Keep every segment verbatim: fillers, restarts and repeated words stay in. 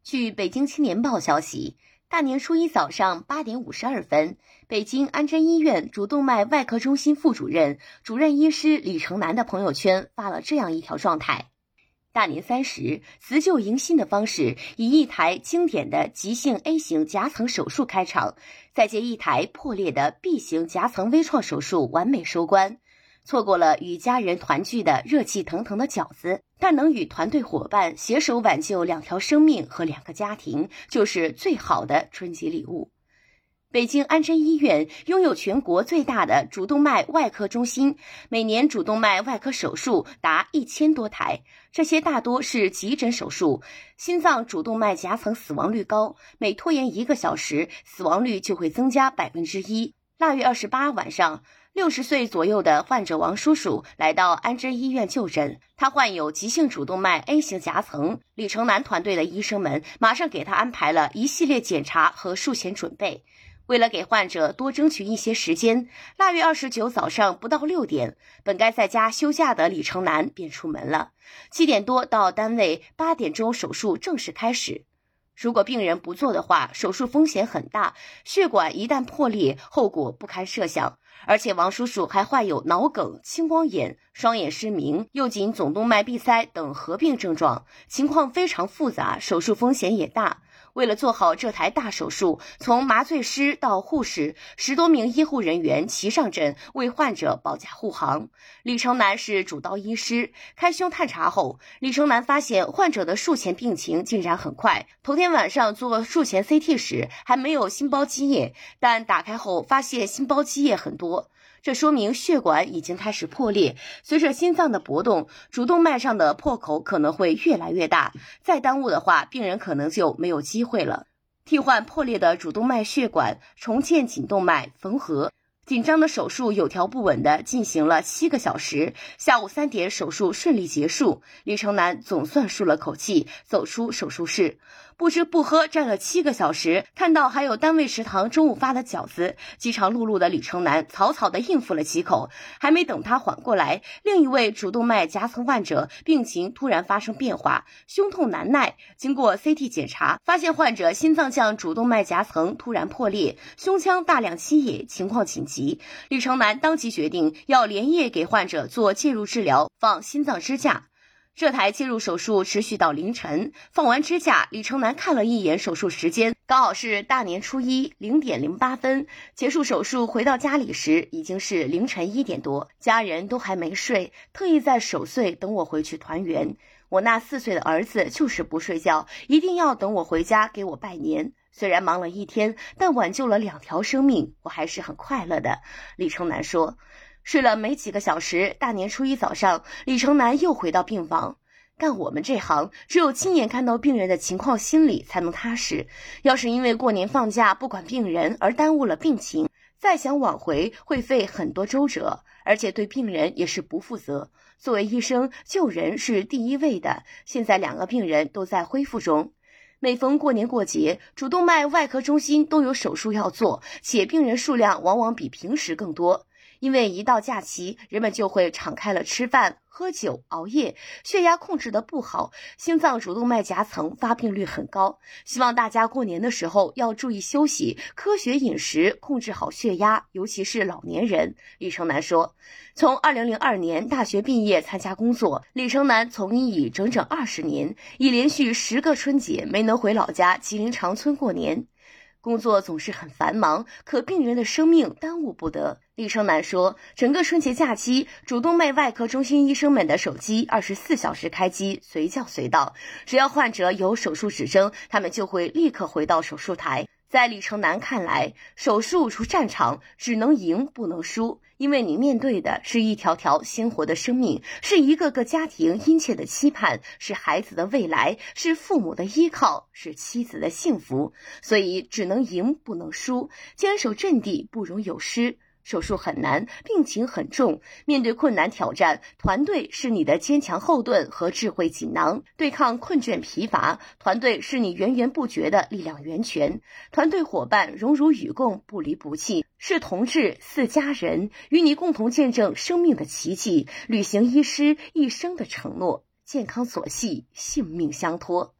据北京青年报消息，大年初一早上八点五十二分，北京安贞医院主动脉外科中心副主任、主任医师李成南的朋友圈发了这样一条状态：大年三十，辞旧迎新的方式，以一台经典的急性 A 型夹层手术开场，再接一台破裂的 B 型夹层微创手术完美收官。错过了与家人团聚的热气腾腾的饺子，但能与团队伙伴携手挽救两条生命和两个家庭，就是最好的春节礼物。北京安贞医院拥有全国最大的主动脉外科中心，每年主动脉外科手术达一千多台，这些大多是急诊手术。心脏主动脉夹层死亡率高，每拖延一个小时，死亡率就会增加百分之一。腊月二十八晚上，六十岁左右的患者王叔叔来到安贞医院就诊，他患有急性主动脉 A 型夹层。李成南团队的医生们马上给他安排了一系列检查和术前准备。为了给患者多争取一些时间，腊月二十九早上不到六点，本该在家休假的李成南便出门了。七点多到单位，八点钟手术正式开始。如果病人不做的话，手术风险很大，血管一旦破裂，后果不堪设想。而且王叔叔还患有脑梗、青光眼、双眼失明、右颈总动脉闭塞等合并症状，情况非常复杂，手术风险也大。为了做好这台大手术，从麻醉师到护士，十多名医护人员齐上阵，为患者保驾护航。李成南是主刀医师，开胸探查后，李成南发现患者的术前病情进展很快。头天晚上做术前 C T 时还没有心包积液，但打开后发现心包积液很多。这说明血管已经开始破裂，随着心脏的搏动，主动脉上的破口可能会越来越大，再耽误的话，病人可能就没有机会了。替换破裂的主动脉血管，重建颈动脉，缝合。紧张的手术有条不紊地进行了七个小时，下午三点手术顺利结束，李成南总算舒了口气，走出手术室。不吃不喝站了七个小时，看到还有单位食堂中午发的饺子，饥肠辘辘的李成南草草地应付了几口。还没等他缓过来，另一位主动脉夹层患者病情突然发生变化，胸痛难耐。经过 C T 检查，发现患者心脏腔主动脉夹层突然破裂，胸腔大量积液，情况紧急。李成南当即决定要连夜给患者做介入治疗，放心脏支架。这台介入手术持续到凌晨，放完支架，李成南看了一眼手术时间，刚好是大年初一零点零八分。结束手术回到家里时，已经是凌晨一点多，家人都还没睡，特意在守岁等我回去团圆。我那四岁的儿子就是不睡觉，一定要等我回家给我拜年。虽然忙了一天，但挽救了两条生命，我还是很快乐的。李成南说。睡了没几个小时，大年初一早上，李成南又回到病房。干我们这行，只有亲眼看到病人的情况，心里才能踏实。要是因为过年放假不管病人而耽误了病情，再想挽回会费很多周折，而且对病人也是不负责。作为医生，救人是第一位的。现在两个病人都在恢复中。每逢过年过节，主动脉外科中心都有手术要做，且病人数量往往比平时更多。因为一到假期，人们就会敞开了吃饭、喝酒、熬夜，血压控制的不好，心脏主动脉夹层发病率很高。希望大家过年的时候要注意休息，科学饮食，控制好血压，尤其是老年人。李成南说，从二零零二年大学毕业参加工作，李成南从医已整整二十年，已连续十个春节没能回老家吉林长春过年。工作总是很繁忙，可病人的生命耽误不得。李成南说，整个春节假期，主动脉外科中心医生们的手机二十四小时开机，随叫随到。只要患者有手术指征，他们就会立刻回到手术台。在李成南看来，手术如战场，只能赢不能输，因为你面对的是一条条鲜活的生命，是一个个家庭殷切的期盼，是孩子的未来，是父母的依靠，是妻子的幸福，所以只能赢不能输，坚守阵地，不容有失。手术很难，病情很重，面对困难挑战，团队是你的坚强后盾和智慧锦囊，对抗困倦疲乏，团队是你源源不绝的力量源泉，团队伙伴荣辱与共，不离不弃，是同志似家人，与你共同见证生命的奇迹，履行医师一生的承诺，健康所系，性命相托。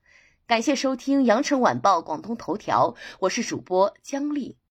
感谢收听羊城晚报广东头条，我是主播姜丽。